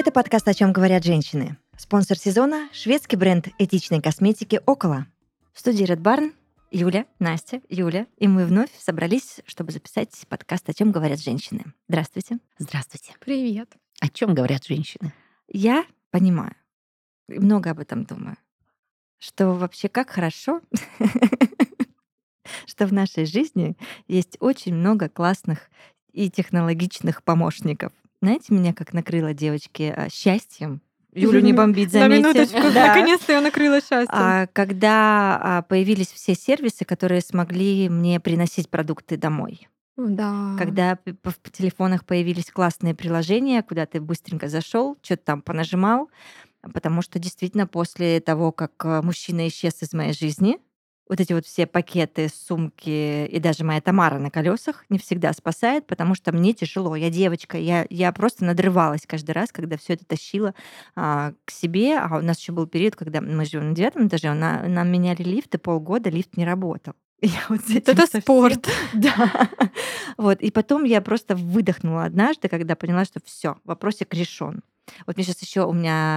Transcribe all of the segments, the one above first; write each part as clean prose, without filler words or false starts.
Это подкаст «О чем говорят женщины». Спонсор сезона – шведский бренд этичной косметики «Около». В студии Red Barn Юля, Настя, Юля. И мы вновь собрались, чтобы записать подкаст «О чем говорят женщины». Здравствуйте. Здравствуйте. Привет. О чем говорят женщины? Я понимаю, и много об этом думаю, что вообще как хорошо, что в нашей жизни есть очень много классных и технологичных помощников. Знаете, меня как накрыло, девочки, счастьем. Юлю не бомбить, заметьте. На минуточку, Да. наконец-то я накрыла счастьем. Когда появились все сервисы, которые смогли мне приносить продукты домой. Да. Когда в телефонах появились классные приложения, куда ты быстренько зашел, что-то там понажимал, потому что действительно после того, как мужчина исчез из моей жизни, вот эти вот все пакеты, сумки и даже моя Тамара на колесах не всегда спасает, потому что мне тяжело. Я девочка, я просто надрывалась каждый раз, когда все это тащила к себе. А у нас еще был период, когда мы живем на 9 этаже, нам меняли лифт, и полгода лифт не работал. Я вот с этим Это спорт. Да. Вот. И потом я просто выдохнула однажды, когда поняла, что все, вопросик решен. Вот мне сейчас еще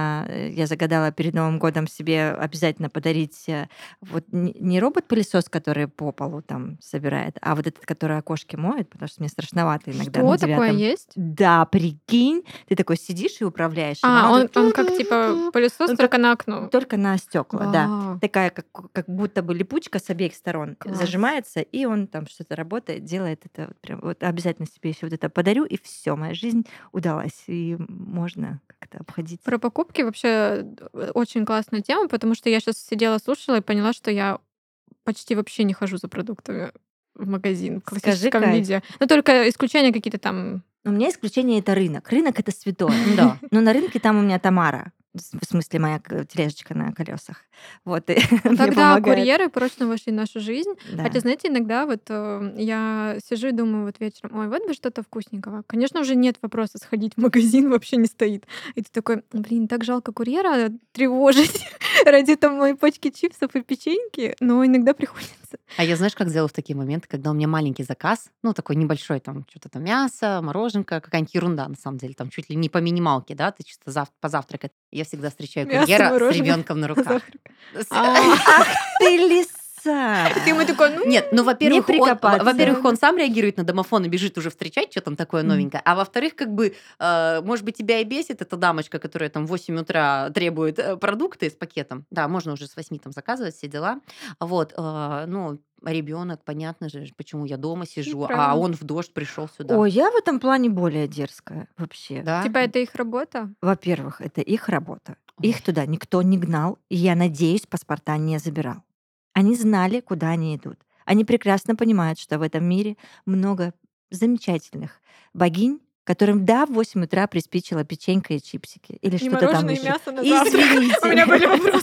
я загадала перед Новым годом себе обязательно подарить вот не робот-пылесос, который по полу там собирает, а вот этот, который окошки моет, потому что мне страшновато иногда. Что такое есть? Да, прикинь, ты такой сидишь и управляешь. Он как типа пылесос, только на окно. Только на стекла, да. Вау. Такая, как будто бы липучка с обеих сторон Класс. зажимается, и он там что-то работает, делает это. Вот прям вот обязательно себе еще вот это подарю, и все, моя жизнь удалась, и можно как-то обходиться. Про покупки вообще очень классная тема, потому что я сейчас сидела, слушала и поняла, что я почти вообще не хожу за продуктами в магазин в классическом Кайф. виде. Но только исключения какие-то там. У меня исключение — это рынок. Рынок — это святое. Да. Но на рынке там у меня Тамара. В смысле, моя тележечка на колесах. Вот, и мне Тогда помогает. курьеры прочно вошли в нашу жизнь. Да. Хотя, знаете, иногда вот я сижу и думаю вот вечером, ой, вот бы что-то вкусненького. Конечно, уже нет вопроса сходить в магазин, вообще не стоит. И ты такой, блин, так жалко курьера тревожить ради там моей пачки чипсов и печеньки, но иногда приходится. А я знаешь, как делаю в такие моменты, когда у меня маленький заказ, ну, такой небольшой, там, что-то там мясо, мороженка, какая-нибудь ерунда, на самом деле, там, чуть ли не по минималке, да, ты чисто позавтракать. Я всегда встречаю Мясо, курьера с мороженое. ребенком на руках. Ах ты лиса! Ты ему такой, ну, Нет, ну, во-первых, прикопаться. он сам реагирует на домофон и бежит уже встречать, что там такое новенькое. А во-вторых, как бы, может быть, тебя и бесит эта дамочка, которая там в 8 утра требует продукты с пакетом. Да, можно уже с 8 там заказывать, все дела. Вот, ну, ребенок, понятно же, почему я дома сижу, а правильно. он в дождь пришел сюда. Ой, я в этом плане более дерзкая вообще. Да? типа это их работа. Во-первых, это их работа. Их туда никто не гнал, и я надеюсь, паспорта не забирал. Они знали, куда они идут. Они прекрасно понимают, что в этом мире много замечательных богинь, которым, да, в 8 утра приспичило печенька и чипсики. Или И что-то там мороженое, и еще. мясо на завтрак. Извините. У меня были вопросы.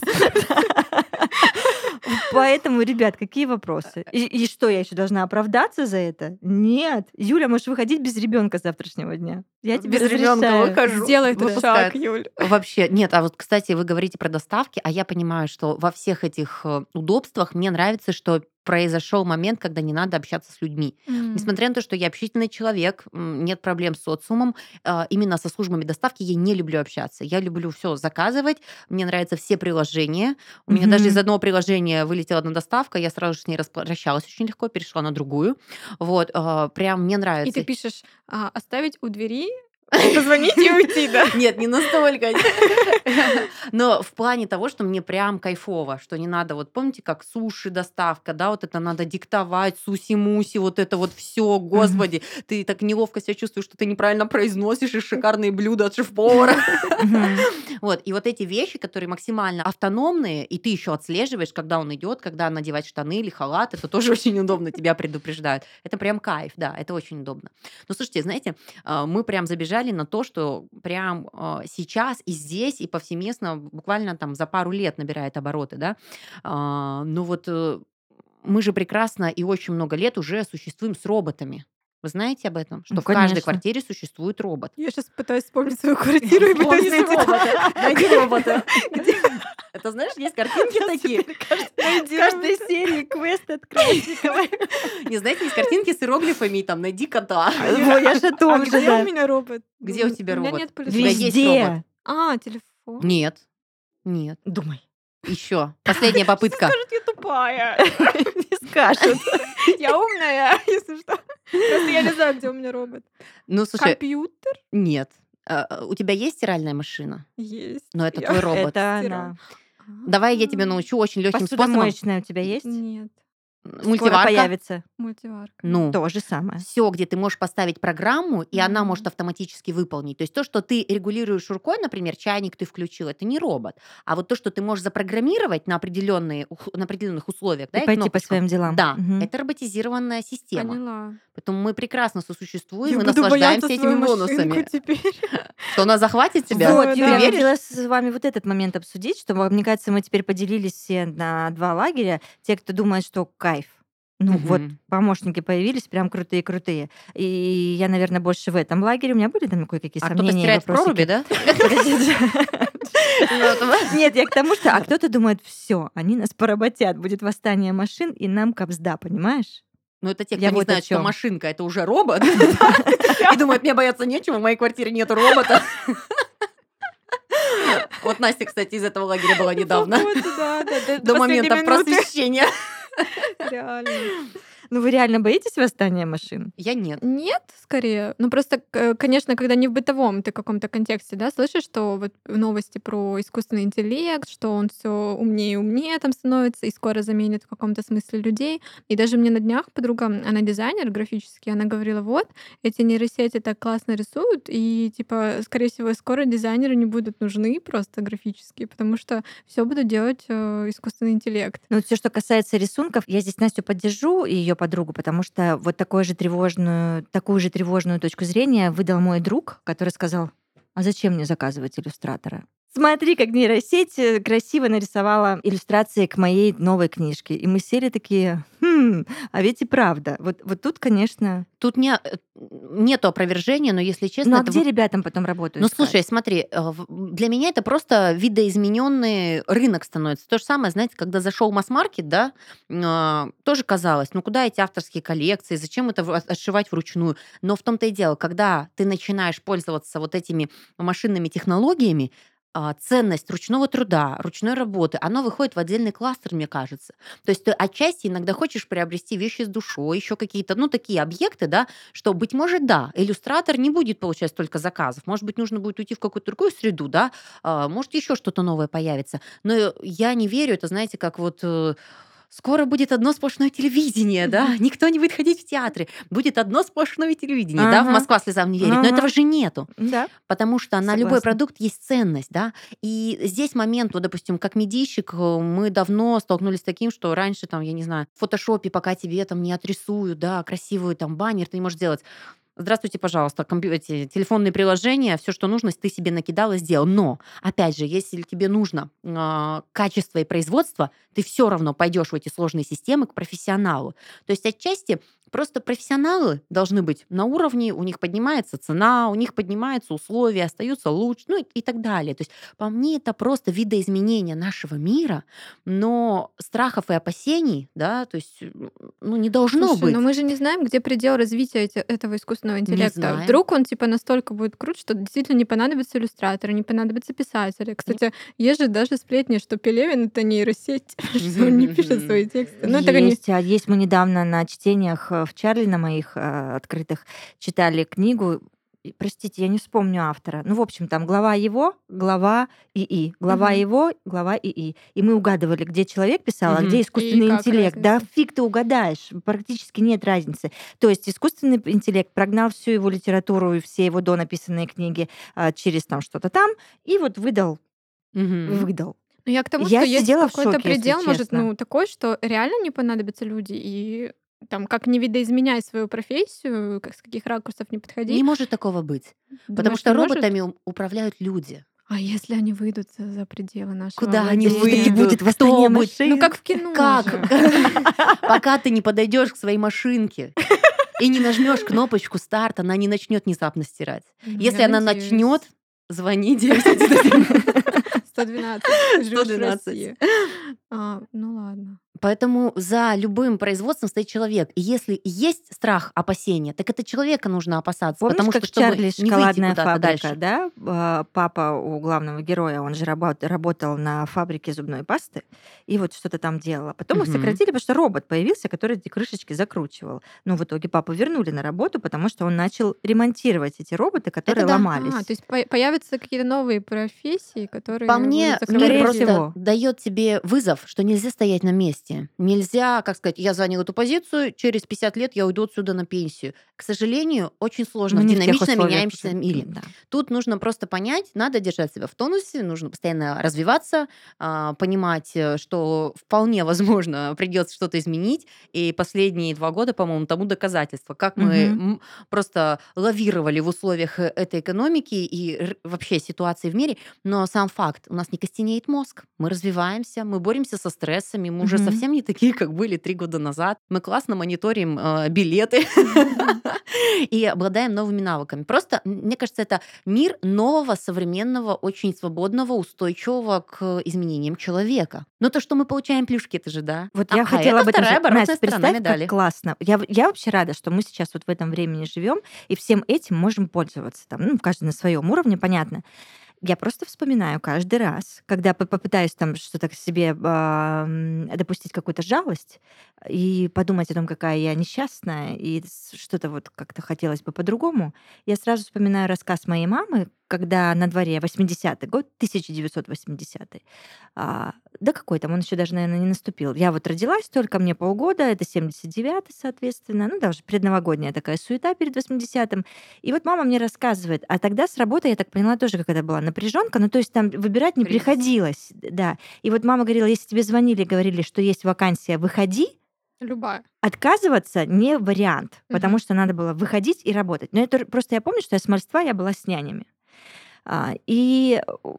Поэтому, ребят, какие вопросы? И что, я еще должна оправдаться за это? Нет. Юля, можешь выходить без ребенка с завтрашнего дня. Я тебе Без ребенка разрешаю. выхожу. Сделай этот Выпускают. шаг, Юль. Вообще, нет, а вот, кстати, вы говорите про доставки, а я понимаю, что во всех этих удобствах мне нравится, что произошел момент, когда не надо общаться с людьми. Несмотря на то, что я общительный человек, нет проблем с социумом, именно со службами доставки я не люблю общаться. Я люблю все заказывать, мне нравятся все приложения. У меня даже из одного приложения вылетела одна доставка, я сразу же с ней распрощалась очень легко, перешла на другую. Вот, прям мне И нравится. ты пишешь, оставить у двери, позвонить и уйти, да? Нет, не настолько. Но в плане того, что мне прям кайфово, что не надо, вот помните, как суши доставка, да, вот это надо диктовать, суси-муси, вот это вот все, господи, ты так неловко себя чувствуешь, что ты неправильно произносишь и шикарные блюда от шеф-повара. Вот, и вот эти вещи, которые максимально автономные, и ты еще отслеживаешь, когда он идет, когда надевать штаны или халат, это тоже очень удобно, тебя предупреждают. Это прям кайф, да, это очень удобно. Но слушайте, знаете, мы прям забежали на то, что прям сейчас и здесь, и повсеместно буквально там за пару лет набирает обороты, да. Ну вот мы же прекрасно и очень много лет уже существуем с роботами. Вы знаете об этом? Что Ну, в каждой конечно. квартире существует робот. Я сейчас пытаюсь вспомнить свою квартиру и пытаюсь Вспомни найти робота. Найди робота. Это, знаешь, есть картинки такие. В каждой серии квест от Красниковой. Не знаете, есть картинки с иероглифами, и там найди кота. Я же о том же, Где да. у меня робот? Где у тебя У меня робот? нет У тебя есть Везде. робот. Телефон. Нет. Нет. Думай. Еще. Последняя попытка. Скажут, я тупая. Не скажут. Я умная, если что. Просто я не знаю, где у меня робот. Ну, слушай, Компьютер нет. У тебя есть стиральная машина? есть. Но это Я твой робот. Это стирала. она. Давай я тебя научу очень легким способом. Посудомоечная у тебя есть? Нет. Скоро Мультиварка. появится. Мультиварка. Ну, То же самое. все, где ты можешь поставить программу, и она Мгм. может автоматически выполнить. То есть то, что ты регулируешь рукой, например, чайник ты включил, это не робот. А вот то, что ты можешь запрограммировать на определенных условиях, да, И и пойти по кнопочку, своим делам. да, Мгм. это роботизированная система. Поняла. Поэтому мы прекрасно сосуществуем, Я мы буду наслаждаемся бояться этими свою машинку бонусами. теперь. Что она захватит тебя? Вот, Да, Юля, Ты я да. веришь? хотела с вами вот этот момент обсудить, что, мне кажется, мы теперь поделились все на два лагеря. Те, кто думает, что кайф. Ну, вот Мгм. помощники появились, прям крутые-крутые. И я, наверное, больше в этом лагере. У меня были там кое-какие А кто-то сомнения и стирает в проруби, вопросики. да? Нет, я к тому, что... А кто-то думает, все, они нас поработят, будет восстание машин, и нам капсда, понимаешь? Ну, это те, кто Я не вот о знает, что чём. машинка это уже робот. И думает, мне бояться нечего, в моей квартире нет робота. Вот Настя, кстати, из этого лагеря была недавно. Походу, да, до До последней момента минуты. просвещения. Реально. Ну, вы реально боитесь восстания машин? Я нет. Нет, скорее. Ну, просто, конечно, когда не в бытовом ты каком-то контексте, да, слышишь, что вот новости про искусственный интеллект, что он все умнее и умнее там становится и скоро заменит в каком-то смысле людей. И даже мне на днях подруга, она дизайнер графический, она говорила, вот, эти нейросети так классно рисуют, и, типа, скорее всего, скоро дизайнеры не будут нужны просто графические, потому что все будут делать искусственный интеллект. Ну, все, что касается рисунков, я здесь Настю поддержу и ее подругу, потому что вот такую же тревожную точку зрения выдал мой друг, который сказал, а зачем мне заказывать иллюстратора? Смотри, как нейросеть красиво нарисовала иллюстрации к моей новой книжке. И мы сели такие, а ведь и правда. Вот тут, конечно... Тут нету опровержения, но если честно... Ну, а это где ребятам потом работу Ну, искать? слушай, смотри, для меня это просто видоизмененный рынок становится. То же самое, знаете, когда зашел масс-маркет, да, тоже казалось, ну куда эти авторские коллекции, зачем это отшивать вручную? Но в том-то и дело, когда ты начинаешь пользоваться вот этими машинными технологиями, ценность ручного труда, ручной работы, оно выходит в отдельный кластер, мне кажется. То есть ты отчасти иногда хочешь приобрести вещи с душой, еще какие-то, ну, такие объекты, да, что, быть может, да, иллюстратор не будет получать столько заказов, может быть, нужно будет уйти в какую-то другую среду, да, может, еще что-то новое появится. Но я не верю, это, знаете, как вот... Скоро будет одно сплошное телевидение, да? Никто не будет ходить в театры. Будет одно сплошное телевидение, да? В Ага. Москва слезам не верит. Но Ага. этого же нету. Да. Потому что на любой Согласна. продукт есть ценность, да. И здесь момент, вот, допустим, как медийщик, мы давно столкнулись с таким, что раньше, там, я не знаю, в фотошопе, пока тебе там не отрисуют, да, красивую там баннер, ты не можешь сделать. Здравствуйте, пожалуйста, эти телефонные приложения, все, что нужно, ты себе накидал и сделал. Но, опять же, если тебе нужно качество и производство, ты все равно пойдешь в эти сложные системы к профессионалу. То есть отчасти просто профессионалы должны быть на уровне, у них поднимается цена, у них поднимаются условия, остаются лучше, ну и так далее. То есть по мне это просто видоизменение нашего мира, но страхов и опасений, да, то есть, ну, не должно Слушай, быть. но мы же не знаем, где предел развития этого искусственного интеллекта. знаем. Вдруг он типа настолько будет крут, что действительно не понадобятся иллюстраторы, не понадобятся писатели. Кстати, есть же даже сплетни, что Пелевин — это нейросеть, что он не пишет свои тексты. Ну, это не... Есть. Мы недавно на чтениях в Чарли, на моих открытых, читали книгу. Простите, я не вспомню автора. Ну, в общем, там глава его, глава ИИ. Глава Мгм. его, глава ИИ. И мы угадывали, где человек писал, а Мгм. где искусственный И как интеллект. Да разница? фиг ты угадаешь. Практически нет разницы. То есть искусственный интеллект прогнал всю его литературу и все его донаписанные книги через там что-то там, и вот выдал. Мгм. Ну, я к тому, Я что есть сидела в какой-то шоке, если предел, может, честно. ну, такой, что реально не понадобятся люди. И там, как не видоизменяй свою профессию, как с каких ракурсов не подходи. Не может такого быть. Потому Думаешь, что не может? роботами управляют люди. А если они выйдут за пределы нашего Куда они владения? Если выйдут? будет Кто восстание будет? машин. Ну, как в кино Как? же. Пока ты не подойдешь к своей машинке и не нажмешь кнопочку старт, она не начнет внезапно стирать. Ну, Если я она надеюсь. начнет, звони 911. 112. Живёшь в 112. России. Ну ладно. Поэтому за любым производством стоит человек. И если есть страх, опасения, так это человека нужно опасаться, Помнишь, потому как что, в чтобы Чарли не выйти шоколадная куда-то фабрика, дальше. да? Папа у главного героя, он же работал на фабрике зубной пасты и вот что-то там делал. А потом их Мгм. сократили, потому что робот появился, который эти крышечки закручивал. Но в итоге папу вернули на работу, потому что он начал ремонтировать эти роботы, Это которые да. То ломались. есть появятся какие-то новые профессии, По которые мне, будут закрывать мир Скорее дырки. просто всего. дает тебе вызов, что нельзя стоять на месте. Нельзя, как сказать, я занял эту позицию, через 50 лет я уйду отсюда на пенсию. К сожалению, очень сложно Ну, в не в тех динамично условиях меняющемся уже. мире. Да. Тут нужно просто понять, надо держать себя в тонусе, нужно постоянно развиваться, понимать, что вполне возможно придется что-то изменить. И последние 2 года, по-моему, тому доказательство, как мы Мгм. просто лавировали в условиях этой экономики и вообще ситуации в мире. Но сам факт, у нас не костенеет мозг, мы развиваемся, мы боремся со стрессами, мы уже Мгм. совсем не такие, как были 3 года назад. Мы классно мониторим билеты и обладаем новыми навыками. Просто, мне кажется, это мир нового, современного, очень свободного, устойчивого к изменениям человека. Но то, что мы получаем плюшки, это же да. Вот я хотела Это об этом вторая сказать. Настя, оборотная сторона представь, как медали. классно. Я вообще рада, что мы сейчас вот в этом времени живем и всем этим можем пользоваться. Там, ну, каждый на своем уровне, понятно. Я просто вспоминаю каждый раз, когда попытаюсь там что-то к себе допустить какую-то жалость и подумать о том, какая я несчастная, и что-то вот как-то хотелось бы по-другому, я сразу вспоминаю рассказ моей мамы, когда на дворе 80-й год, 1980-й. Да какой там, он еще даже, наверное, не наступил. Я вот родилась только, мне полгода, это 79-й, соответственно, ну, даже предновогодняя такая суета перед 80-м. И вот мама мне рассказывает, а тогда с работы, я так поняла, тоже какая-то была напряженка, ну, то есть там выбирать не Кризис. приходилось, да. И вот мама говорила, если тебе звонили, говорили, что есть вакансия, выходи, Любая. отказываться не вариант, потому Мгм. что надо было выходить и работать. Но это просто я помню, что я с мальства я была с нянями. И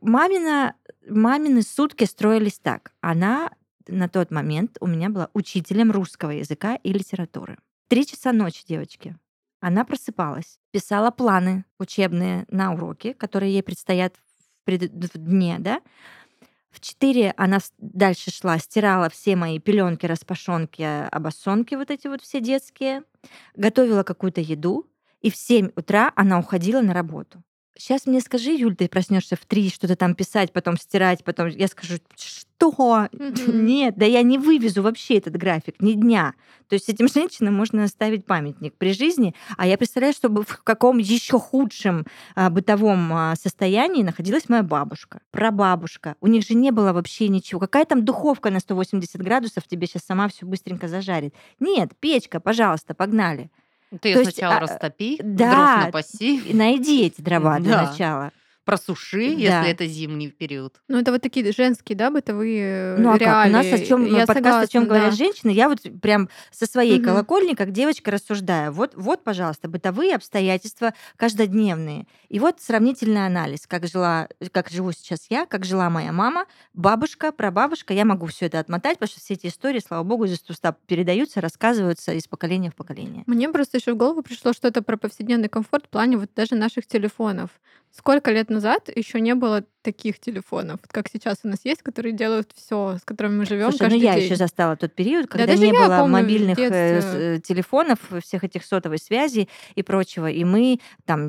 мамины сутки строились так. Она на тот момент у меня была учителем русского языка и литературы. 3 часа ночи, девочки. Она просыпалась, писала планы учебные на уроки, которые ей предстоят в дне, да. В 4 она дальше шла, стирала все мои пеленки, распашонки, обоссонки, вот эти вот все детские, готовила какую-то еду, и в 7 утра она уходила на работу. Сейчас мне скажи, Юль, ты проснешься в 3, что-то там писать, потом стирать, потом я скажу, что? Мгм. Нет, да я не вывезу вообще этот график ни дня. То есть этим женщинам можно оставить памятник при жизни, а я представляю, чтобы в каком еще худшем бытовом состоянии находилась моя бабушка, прабабушка. У них же не было вообще ничего. Какая там духовка на 180 градусов тебе сейчас сама все быстренько зажарит? Нет, печка, пожалуйста, погнали. Ты ее То есть, сначала растопи, дров да, напаси, найди эти дрова для да, начала. просуши, если Да. это зимний период. Ну, это вот такие женские, да, бытовые Ну а как? У нас о реалии. чем Я подкаст, о чем согласна, говорят да. женщины. Я вот прям со своей Мгм. колокольни, как девочка, рассуждаю. Вот, пожалуйста, бытовые обстоятельства каждодневные. И вот сравнительный анализ, как живу сейчас я, как жила моя мама, бабушка, прабабушка. Я могу все это отмотать, потому что все эти истории, слава богу, из уст в уста передаются, рассказываются из поколения в поколение. Мне просто еще в голову пришло что-то про повседневный комфорт в плане вот даже наших телефонов. Сколько лет назад еще не было таких телефонов, вот как сейчас у нас есть, которые делают все, с которыми мы живем Слушай, ну каждый я еще день. застала тот период, Да когда даже не я было помню в мобильных детстве. телефонов, всех этих сотовой связи и прочего. И мы там,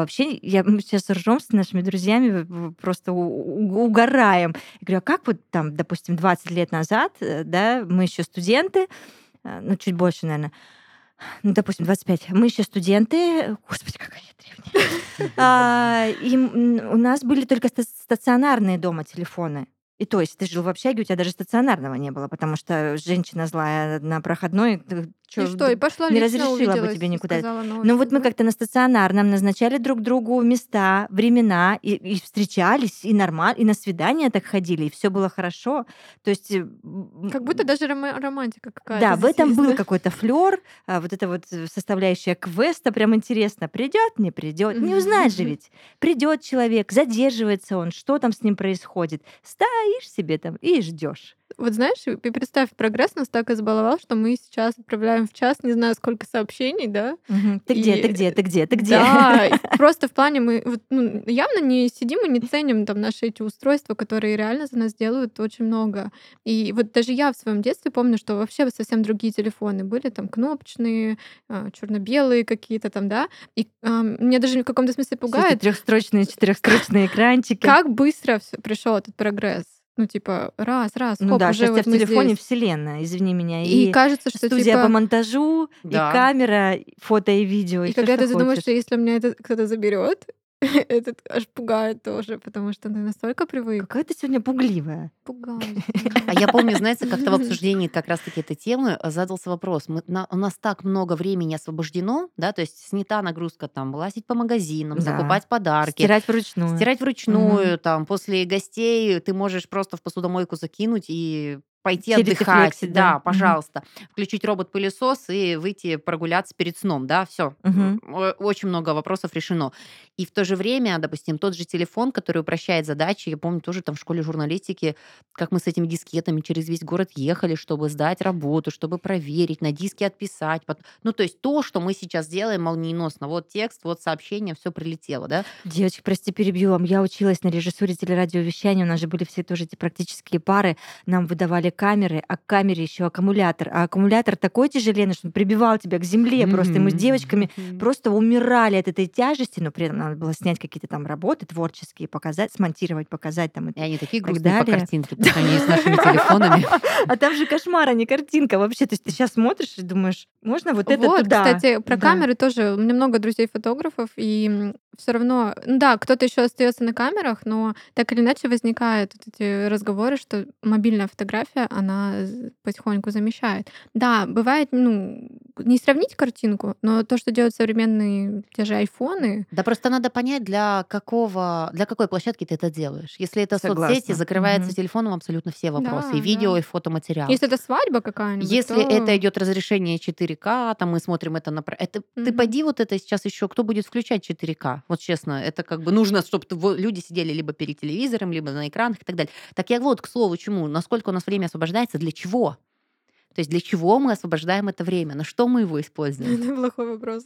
мы сейчас ржем с нашими друзьями, просто угораем. Я говорю, а как вот там, допустим, 20 лет назад, да, мы еще студенты, ну чуть больше, наверное, ну, допустим, 25. Мы еще студенты. Господи, какая я древняя. У нас были только стационарные дома телефоны. И то есть ты жил в общаге, у тебя даже стационарного не было, потому что женщина злая на проходной И что, и пошла не лично, разрешила бы увиделась тебе и никуда. сказала Но вот новости, мы да? как-то на стационарном назначали друг другу места, времена, и встречались, и нормально, и на свидания так ходили, и все было хорошо. То есть Как будто даже романтика какая-то да, в здесь этом есть, был да? какой-то флер, вот эта вот составляющая квеста, прям интересно, придет, не придет, не узнаешь же ведь. Придет человек, задерживается он, что там с ним происходит. Стоишь себе там и ждешь. Вот знаешь, и представь, прогресс нас так избаловал, что мы сейчас отправляем получаем в час не знаю сколько сообщений, да. Ты где, ты И где, ты где, ты где? да, и просто в плане мы вот, явно не сидим и не ценим там наши эти устройства, которые реально за нас делают очень много. И вот даже я в своем детстве помню, что вообще совсем другие телефоны были, там кнопочные, черно-белые какие-то там, да. И меня даже в каком-то смысле Все эти пугает, четырехстрочные экранчики. как быстро пришел этот прогресс. Ну, типа, раз, Ну хоп, да, уже сейчас у тебя вот в мы телефоне здесь. вселенная, извини меня. И И кажется, что студия по типа... монтажу, и Да. камера, и фото и видео, и И все, когда что ты задумаешь, что хочешь. если у меня это кто-то заберет, этот аж пугает тоже, потому что ты настолько привык. Какая ты сегодня пугливая. Пугаюсь. А я помню, знаете, как-то в обсуждении как раз-таки этой темы задался вопрос. У нас так много времени освобождено, да, то есть снята нагрузка там, лазить по магазинам, Да. закупать подарки, Стирать вручную. стирать вручную, там, после гостей ты можешь просто в посудомойку закинуть и пойти Через отдыхать. рефлекси, да. Да, пожалуйста. Включить робот-пылесос и выйти прогуляться перед сном, да, все. Мгм. Очень много вопросов решено. И в то же время, допустим, тот же телефон, который упрощает задачи, я помню тоже там в школе журналистики, как мы с этими дискетами через весь город ехали, чтобы сдать работу, чтобы проверить, на диске отписать. Ну, то есть то, что мы сейчас делаем молниеносно. Вот текст, вот сообщение, все прилетело, да? Девочки, прости, перебью вам. Я училась на режиссуре телерадиовещания. У нас же были все тоже эти практические пары. Нам выдавали камеры, а к камере еще аккумулятор. А аккумулятор такой тяжеленный, что он прибивал тебя к земле просто. И мы с девочками просто умирали от этой тяжести, но при этом надо было снять какие-то там работы творческие, показать, смонтировать, показать там И они такие так грустные по далее. картинке по сравнению с нашими телефонами. А там же кошмар, а не картинка вообще. То есть ты сейчас смотришь и думаешь, можно вот это Вот, туда? кстати, про Да. камеры тоже. У меня много друзей-фотографов, и все равно, да, кто-то еще остается на камерах, но так или иначе возникают вот эти разговоры, что мобильная фотография, она потихоньку замещает. Да, бывает, не сравнить картинку, но то, что делают современные те же айфоны, Да просто надо понять, для какой площадки ты это делаешь. Если это соцсети, Согласна. закрывается Мгм. телефоном абсолютно все вопросы. Да, И видео, да. и фотоматериал. если это свадьба какая-нибудь, Если то... это идет разрешение 4К, там мы смотрим это это ты Мгм. пойди вот это сейчас еще, кто будет включать 4К? Вот честно, это как бы нужно, чтобы люди сидели либо перед телевизором, либо на экранах и так далее. Так я вот к слову чему, насколько у нас время освобождается, для чего? То есть для чего мы освобождаем это время? На что мы его используем? Это плохой вопрос.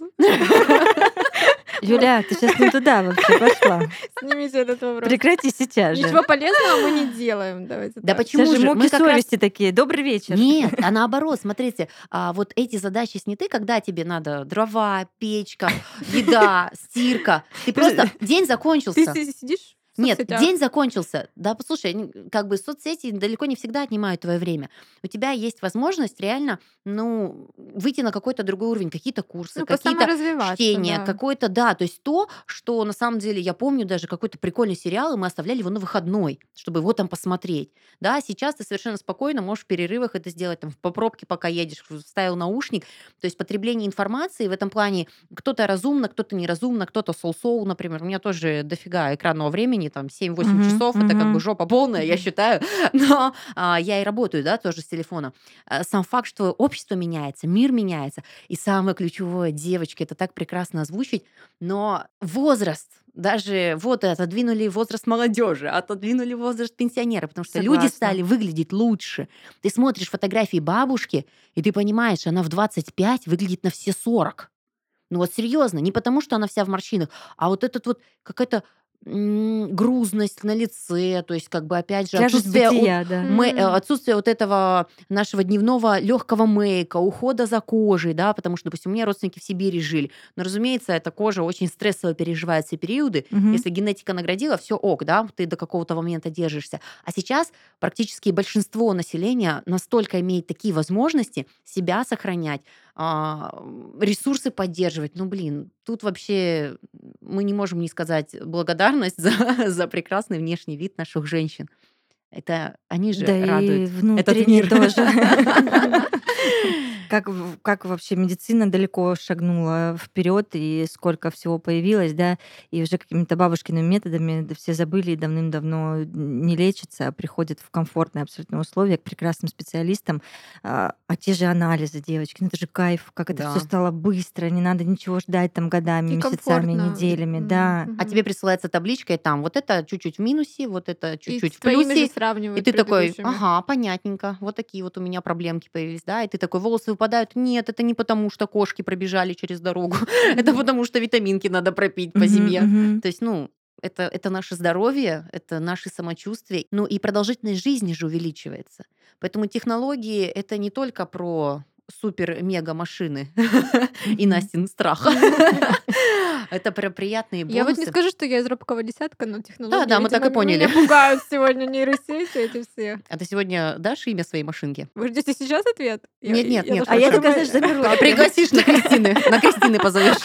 Юля, ты сейчас не туда вообще пошла. Снимите этот вопрос. Прекрати сейчас Ничего же. полезного мы не делаем. Давайте Да так. почему Сейчас же же? муки Мы как раз... совести такие. Добрый вечер. Нет, а наоборот, смотрите, вот эти задачи сняты, когда тебе надо дрова, печка, еда, стирка. Ты просто... День Ты закончился. сидишь в Нет, соцсетях. день закончился. Да, послушай, как бы соцсети далеко не всегда отнимают твое время. У тебя есть возможность реально, выйти на какой-то другой уровень, какие-то курсы, какие-то посаморазвиваться, чтения, да. какой-то, да, то есть то, что на самом деле, я помню даже какой-то прикольный сериал, и мы оставляли его на выходной, чтобы его там посмотреть. Да, сейчас ты совершенно спокойно можешь в перерывах это сделать, там, по пробке, пока едешь, вставил наушник. То есть потребление информации в этом плане кто-то разумно, кто-то неразумно, кто-то соу-соу, например. У меня тоже дофига экранного времени, там 7-8 Мгм, часов, это как бы мгм. жопа полная, я считаю, но я и работаю, да, тоже с телефона. Сам факт, что общество меняется, мир меняется, и самое ключевое, девочки, это так прекрасно озвучить, но возраст, даже вот отодвинули возраст молодежи, отодвинули возраст пенсионера, потому что люди Согласна. стали выглядеть лучше. Ты смотришь фотографии бабушки, и ты понимаешь, она в 25 выглядит на все 40. Ну вот серьезно, не потому, что она вся в морщинах, а вот этот вот какая-то грузность на лице, то есть как бы опять же Тяжесть бытия, да. отсутствие вот этого нашего дневного легкого мейка, ухода за кожей, да, потому что, допустим, у меня родственники в Сибири жили, но, разумеется, эта кожа очень стрессово переживает все периоды. Мгм. Если генетика наградила, все ок, да, ты до какого-то момента держишься. А сейчас практически большинство населения настолько имеет такие возможности себя сохранять, ресурсы поддерживать. Ну, блин, тут вообще мы не можем не сказать благодарность за прекрасный внешний вид наших женщин. Это они же Да и радуют этот внутренне мир. тоже. Как вообще медицина далеко шагнула вперед и сколько всего появилось, да, и уже какими-то бабушкиными методами все забыли и давным-давно не лечатся, а приходят в комфортные абсолютно условия к прекрасным специалистам. А те же анализы, девочки, это же кайф, как это все Да. стало быстро, не надо ничего ждать там годами, И месяцами, комфортно. неделями, да. А тебе присылается табличка, и там вот это чуть-чуть в минусе, вот это И чуть-чуть с в твоими же плюсе. сравнивают И ты такой, предыдущими. ага, понятненько, вот такие вот у меня проблемки появились, да, и ты такой, волосы выпадают, нет, это не потому, что кошки пробежали через дорогу, это потому, что витаминки надо пропить по зиме. То есть, это наше здоровье, это наше самочувствие, и продолжительность жизни же увеличивается. Поэтому технологии — это не только про супер-мега-машины и Настин страх. Это про приятные Я вот не бонусы. скажу, что я из робкого десятка, но технологии, Да, мы так и видимо, поняли. меня пугают сегодня нейросети эти все. А ты сегодня дашь имя своей машинке? Вы ждете сейчас ответ? Нет, даже А я хорошо. такая, знаешь, замерла. Пригласишь на Кристины позовешь.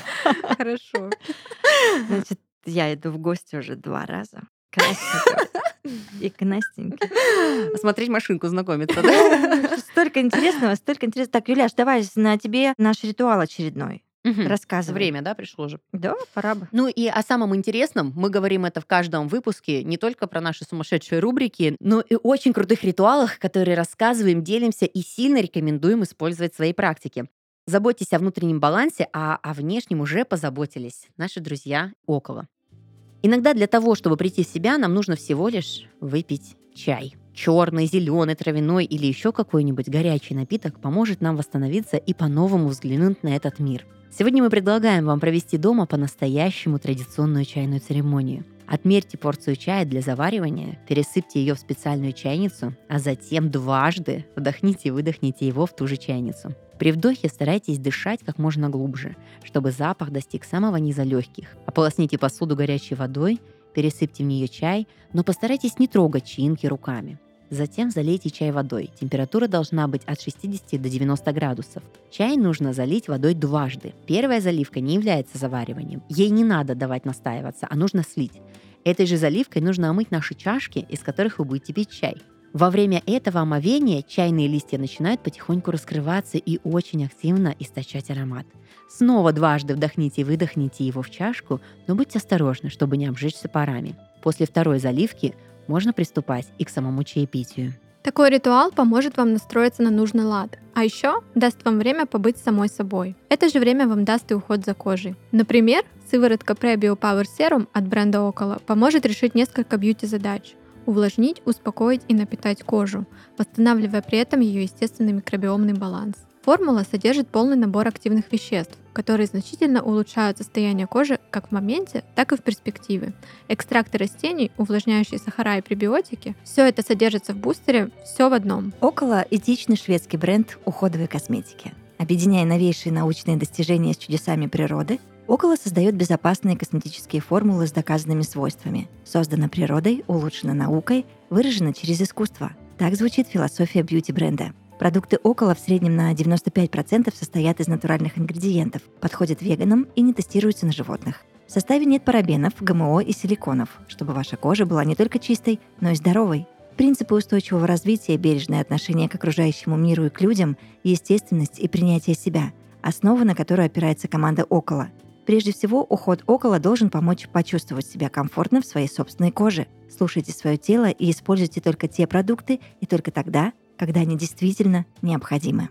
Хорошо. Значит, я иду в гости уже 2 раза. К Настеньке и к Настеньке. Смотреть машинку, знакомиться, да? Столько интересного, столько интересного. Так, Юляш, давай на тебе наш ритуал очередной. Рассказывай. Время, да, пришло же. Да, пора бы. И о самом интересном мы говорим это в каждом выпуске, не только про наши сумасшедшие рубрики, но и очень крутых ритуалах, которые рассказываем, делимся и сильно рекомендуем использовать в своей практике. Заботьтесь о внутреннем балансе, а о внешнем уже позаботились наши друзья около. Иногда для того, чтобы прийти в себя, нам нужно всего лишь выпить чай. Черный, зеленый, травяной или еще какой-нибудь горячий напиток поможет нам восстановиться и по-новому взглянуть на этот мир. Сегодня мы предлагаем вам провести дома по-настоящему традиционную чайную церемонию. Отмерьте порцию чая для заваривания, пересыпьте ее в специальную чайницу, а затем дважды вдохните и выдохните его в ту же чайницу. При вдохе старайтесь дышать как можно глубже, чтобы запах достиг самого низа легких. Ополосните посуду горячей водой, пересыпьте в нее чай, но постарайтесь не трогать чаинки руками. Затем залейте чай водой. Температура должна быть от 60 до 90 градусов. Чай нужно залить водой дважды. Первая заливка не является завариванием. Ей не надо давать настаиваться, а нужно слить. Этой же заливкой нужно омыть наши чашки, из которых вы будете пить чай. Во время этого омовения чайные листья начинают потихоньку раскрываться и очень активно источать аромат. Снова дважды вдохните и выдохните его в чашку, но будьте осторожны, чтобы не обжечься парами. После второй заливки можно приступать и к самому чаепитию. Такой ритуал поможет вам настроиться на нужный лад, а еще даст вам время побыть самой собой. Это же время вам даст и уход за кожей. Например, сыворотка Prebio Power Serum от бренда Около поможет решить несколько бьюти-задач: увлажнить, успокоить и напитать кожу, восстанавливая при этом ее естественный микробиомный баланс. Формула содержит полный набор активных веществ, которые значительно улучшают состояние кожи как в моменте, так и в перспективе. Экстракты растений, увлажняющие сахара и пребиотики — все это содержится в бустере, все в одном. Около — этичный шведский бренд уходовой косметики. Объединяя новейшие научные достижения с чудесами природы, Около создает безопасные косметические формулы с доказанными свойствами. Создана природой, улучшена наукой, выражена через искусство. Так звучит философия бьюти-бренда. Продукты Около в среднем на 95% состоят из натуральных ингредиентов, подходят веганам и не тестируются на животных. В составе нет парабенов, ГМО и силиконов, чтобы ваша кожа была не только чистой, но и здоровой. Принципы устойчивого развития, бережное отношение к окружающему миру и к людям, естественность и принятие себя – основа, на которую опирается команда Около. Прежде всего, уход Около должен помочь почувствовать себя комфортно в своей собственной коже. Слушайте свое тело и используйте только те продукты и только тогда, когда они действительно необходимы.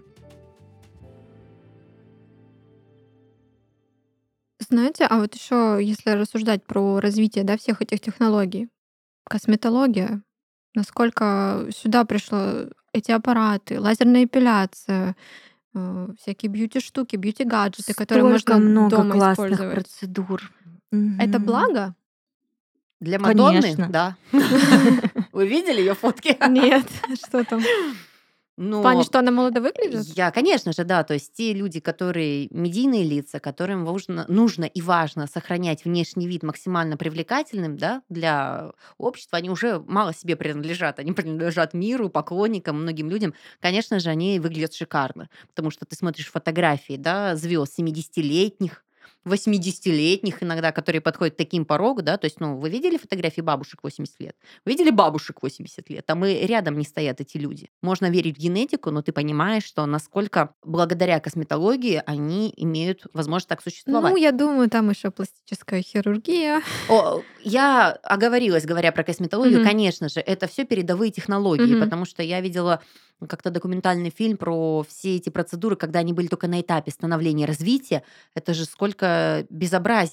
Знаете, а вот еще, если рассуждать про развитие, да, всех этих технологий, косметология, насколько сюда пришло эти аппараты, лазерная эпиляция, всякие бьюти-штуки, бьюти-гаджеты, которые можно много дома классных использовать. процедур. Это благо? Для Мадонны? Конечно. Да. Вы видели ее фотки? Нет, что там? Ну, В плане, что она молодо выглядит? Конечно же, да. То есть те люди, которые медийные лица, которым нужно и важно сохранять внешний вид максимально привлекательным, да, для общества, они уже мало себе принадлежат. Они принадлежат миру, поклонникам, многим людям. Конечно же, они выглядят шикарно. Потому что ты смотришь фотографии, да, звезд 70-летних, 80-летних иногда, которые подходят к таким порогу, да, то есть, вы видели фотографии бабушек 80 лет? Вы видели бабушек 80 лет? Там и рядом не стоят эти люди. Можно верить в генетику, но ты понимаешь, что насколько благодаря косметологии они имеют возможность так существовать. Ну, я думаю, там еще пластическая хирургия. Я оговорилась, говоря про косметологию, Мгм. конечно же, это все передовые технологии, Мгм. потому что я видела как-то документальный фильм про все эти процедуры, когда они были только на этапе становления развития. Это же сколько безобразия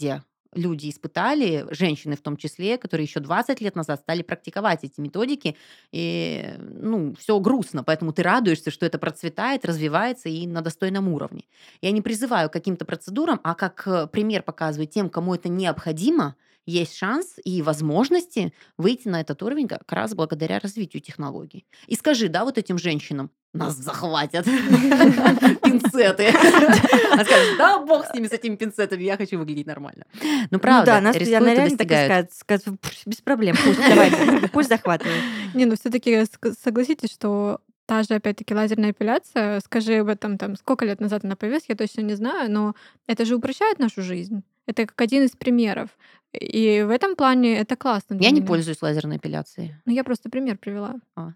люди испытали, женщины в том числе, которые еще 20 лет назад стали практиковать эти методики, и, все грустно, поэтому ты радуешься, что это процветает, развивается и на достойном уровне. Я не призываю к каким-то процедурам, а как пример показываю тем, кому это необходимо, есть шанс и возможности выйти на этот уровень как раз благодаря развитию технологий. И скажи, да, вот этим женщинам, нас захватят пинцеты. Она скажет, да, бог с ними, с этими пинцетами, я хочу выглядеть нормально. Ну, правда, она рискуют и реально так и достигают. скажет, без проблем, пусть захватывает. Не, ну все-таки согласитесь, что та же, опять-таки, лазерная эпиляция, скажи об этом там, сколько лет назад она появилась, я точно не знаю, но это же упрощает нашу жизнь. Это как один из примеров. И в этом плане это классно для Я не меня. пользуюсь лазерной эпиляцией. Ну, я просто пример привела. А.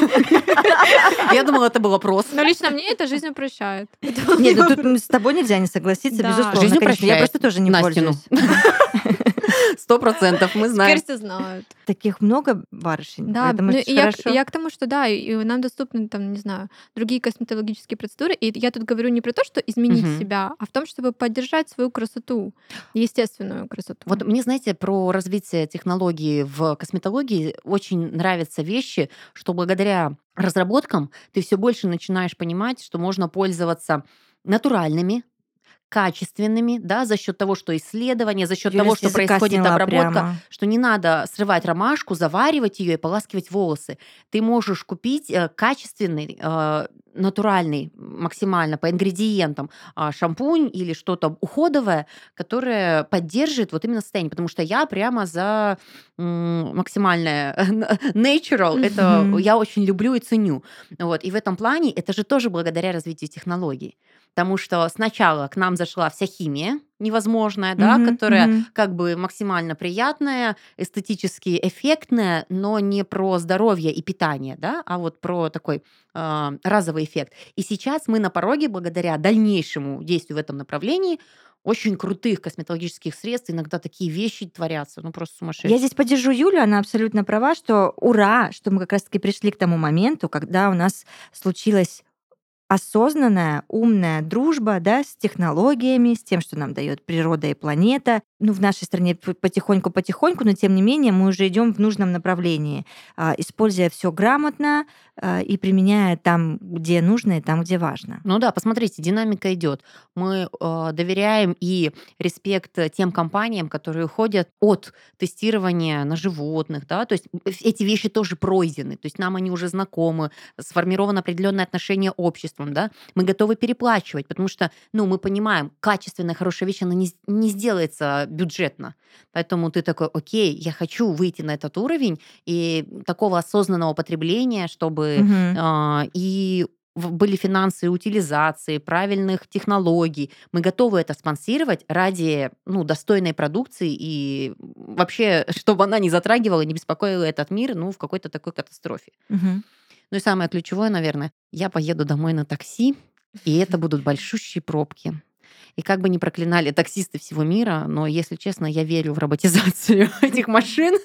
Я думала, это был вопрос. Но лично мне это жизнь упрощает. Нет, ну тут с тобой нельзя не согласиться, Да. безусловно. Жизнь конечно. Я упрощает. просто тоже не Настину. пользуюсь. 100%, мы знаем. Теперь все знают. Таких много барышень, Да, поэтому ну, это и ж хорошо. я к тому, что да, и нам доступны там, не знаю, другие косметологические процедуры. И я тут говорю не про то, что изменить Мгм. себя, а в том, чтобы поддержать свою красоту, естественную красоту. Вот мне, знаете, про развитие технологий в косметологии очень нравятся вещи, что благодаря разработкам ты все больше начинаешь понимать, что можно пользоваться натуральными, качественными, да, за счет того, что исследования, за счет Юля того, с что языка происходит сняла обработка, прямо. что не надо срывать ромашку, заваривать ее и поласкивать волосы. Ты можешь купить качественный, натуральный, максимально по ингредиентам шампунь или что-то уходовое, которое поддерживает вот именно состояние. Потому что я прямо за максимальное natural. Это Мгм. я очень люблю и ценю. Вот. И в этом плане это же тоже благодаря развитию технологий. Потому что сначала к нам зашла вся химия невозможная, да, Мгм, которая мгм. как бы максимально приятная, эстетически эффектная, но не про здоровье и питание, да, а вот про такой разовый эффект. И сейчас мы на пороге, благодаря дальнейшему действию в этом направлении, очень крутых косметологических средств, иногда такие вещи творятся, ну просто Я сумасшедшие. здесь поддержу Юлю, она абсолютно права, что ура, что мы как раз-таки пришли к тому моменту, когда у нас случилась осознанная, умная дружба, да, с технологиями, с тем, что нам дает природа и планета. Ну, в нашей стране потихоньку, но тем не менее мы уже идем в нужном направлении, используя все грамотно и применяя там, где нужно, и там, где важно. Ну да, посмотрите, динамика идет. Мы доверяем и респект тем компаниям, которые уходят от тестирования на животных, да, то есть эти вещи тоже пройдены, то есть нам они уже знакомы, сформировано определенное отношение обществом, да, мы готовы переплачивать, потому что, ну, мы понимаем, качественная, хорошая вещь, она не сделается бюджетно, поэтому ты такой, окей, я хочу выйти на этот уровень и такого осознанного потребления, чтобы Мгм. и были финансы утилизации, правильных технологий. Мы готовы это спонсировать ради достойной продукции и вообще, чтобы она не затрагивала, не беспокоила этот мир в какой-то такой катастрофе. Мгм. Ну и самое ключевое, наверное, я поеду домой на такси, и это будут большущие пробки. И как бы ни проклинали таксисты всего мира, но, если честно, я верю в роботизацию этих машин.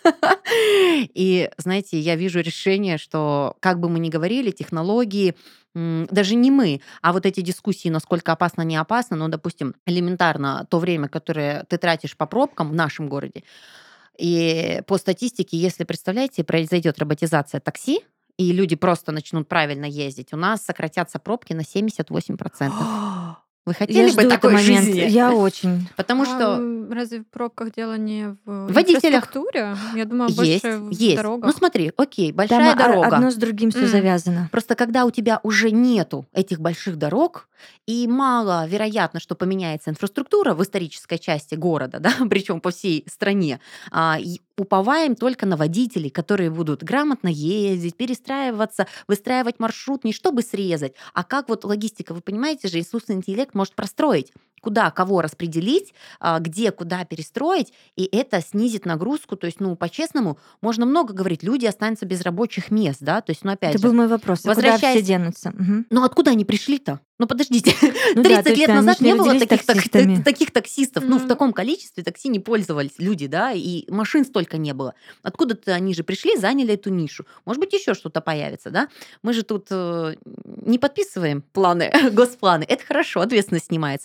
И, знаете, я вижу решение, что, как бы мы ни говорили, технологии, даже не мы, а вот эти дискуссии, насколько опасно, не опасно, ну, допустим, элементарно то время, которое ты тратишь по пробкам в нашем городе, и по статистике, если, представляете, произойдет роботизация такси, и люди просто начнут правильно ездить, у нас сократятся пробки на 78%. Вы хотели Я бы жду этот такой момент. жизни? Я очень. Потому что Разве в пробках дело не в водителях инфраструктуре? Я думаю, есть, больше в есть. Ну дорогах. смотри, окей, Там большая дорога. одно с другим все завязано. Просто когда у тебя уже нету этих больших дорог, и мало вероятно, что поменяется инфраструктура в исторической части города, да, причем по всей стране, и уповаем только на водителей, которые будут грамотно ездить, перестраиваться, выстраивать маршрут не чтобы срезать, а как вот логистика, вы понимаете же, искусственный интеллект может простроить, куда кого распределить, где куда перестроить, и это снизит нагрузку. То есть, по-честному, можно много говорить, люди останутся без рабочих мест, да, то есть, опять Это же, был мой вопрос. А куда возвращаясь- все денутся? Мгм. ну откуда они пришли-то? Ну подождите, Ну да, 30 точно, лет они назад ж не не было родились таксистами. таких таксистов. Ну, в Мгм. таком количестве такси не пользовались люди, да, и машин столько не было. Откуда-то они же пришли, заняли эту нишу. Может быть, еще что-то появится, да? Мы же тут не подписываем планы, госпланы. Это хорошо, ответственность снимается. Но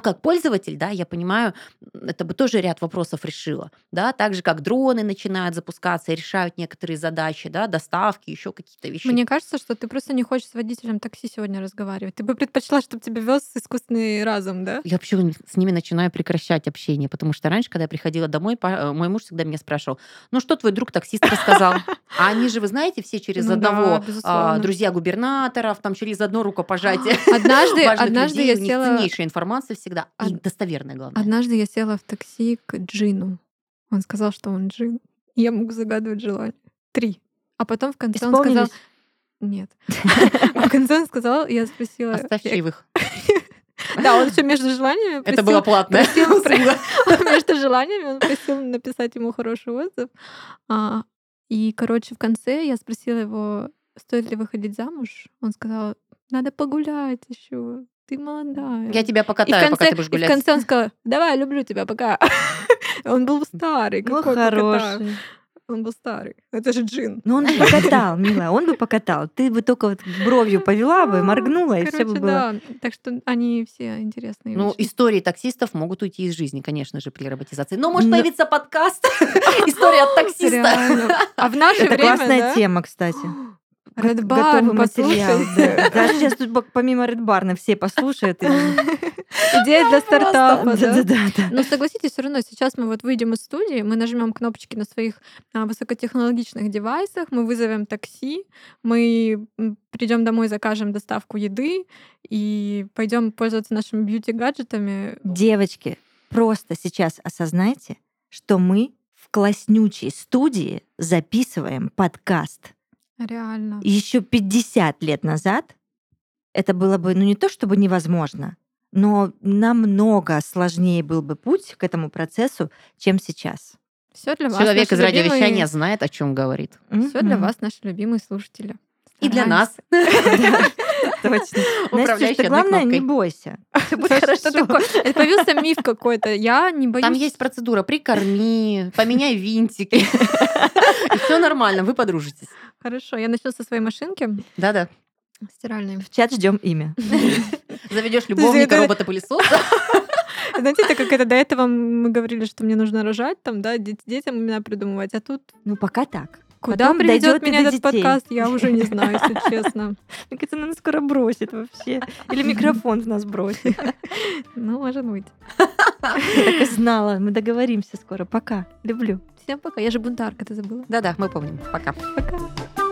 как пользователь, да, я понимаю, это бы тоже ряд вопросов решило. Да, так же, как дроны начинают запускаться и решают некоторые задачи, да, доставки, еще какие-то вещи. Мне кажется, что ты просто не хочешь с водителем такси сегодня разговаривать. Ты бы предпочла, чтобы тебя вез искусственный разум, да? Я вообще с ними начинаю прекращать общение, потому что раньше, когда я приходила домой, мой муж всегда меня спрашивал, ну что твой друг таксист рассказал? А они же, вы знаете, все через Ну да, одного безусловно. друзья губернаторов, там через одно рукопожатие. Однажды Важных людей, я у них села... ценнейшая информация всегда и достоверная, главное. Однажды я села в такси к джину. Он сказал, что он джин. И я могу загадывать желание. 3. А потом в конце он сказал... Исполнились? Нет. А в конце он сказал, я спросила... Оставь чаевых. Да, он еще между желаниями просил... Это была платная услуга. Между желаниями он просил написать ему хороший отзыв. И, короче, в конце я спросила его, стоит ли выходить замуж. Он сказал, надо погулять еще. Ты молодая. Я тебя покатаю, пока ты будешь И в гулять. конце он сказал, давай, люблю тебя, пока. Он был старый. Ну, Какой покатаю? хороший. Он был старый. Это же джин. Ну, он бы покатал, милая, он бы покатал. Ты бы только вот бровью повела бы, моргнула, и все бы Короче, было. да. Так что они все интересные. Ну, очень. истории таксистов могут уйти из жизни, конечно же, при роботизации. Но может Но- появиться подкаст «История от таксиста». Реально. А в наше Это время, классная да? тема, кстати. Red Barn, Готовый материал. послушай. Да. Сейчас тут помимо Red Barn все послушают. Идея для стартапа, да? Да. Но согласитесь, все равно сейчас мы вот выйдем из студии, мы нажмем кнопочки на своих высокотехнологичных девайсах, мы вызовем такси, мы придем домой, закажем доставку еды и пойдем пользоваться нашими бьюти-гаджетами. Девочки, просто сейчас осознайте, что мы в класснючей студии записываем подкаст. Реально. Еще 50 лет назад это было бы, ну не то чтобы невозможно, но намного сложнее был бы путь к этому процессу, чем сейчас. Все для вас. Человек наши из радиовещания любимые... знает, о чем говорит. Все для Мгм. вас, наши любимые слушатели. И для нас. Стараемся. Точно. Управляющая Настюш, ты одной главное, кнопкой. не бойся. Всё будет Слушай, что хорошо. такое? Это появился миф какой-то. Я не боюсь. Там есть процедура «прикорми», «поменяй винтики». И все нормально, вы подружитесь. Хорошо, я начну со своей машинки Да-да. стиральной. В чат ждем имя. Заведешь любовника, это- робота-пылесоса. Знаете, это как это до этого мы говорили, что мне нужно рожать, там, да, детям имена придумывать, а тут Ну, пока так. куда Потом приведет дойдёт и меня до этот детей. подкаст, я уже не знаю, если честно. Мне кажется, она нас скоро бросит вообще. Или микрофон в нас бросит. Ну, может быть. Я так и знала. Мы договоримся скоро. Пока. Люблю. Всем пока. Я же бунтарка, ты забыла. Да-да, мы помним. Пока. Пока.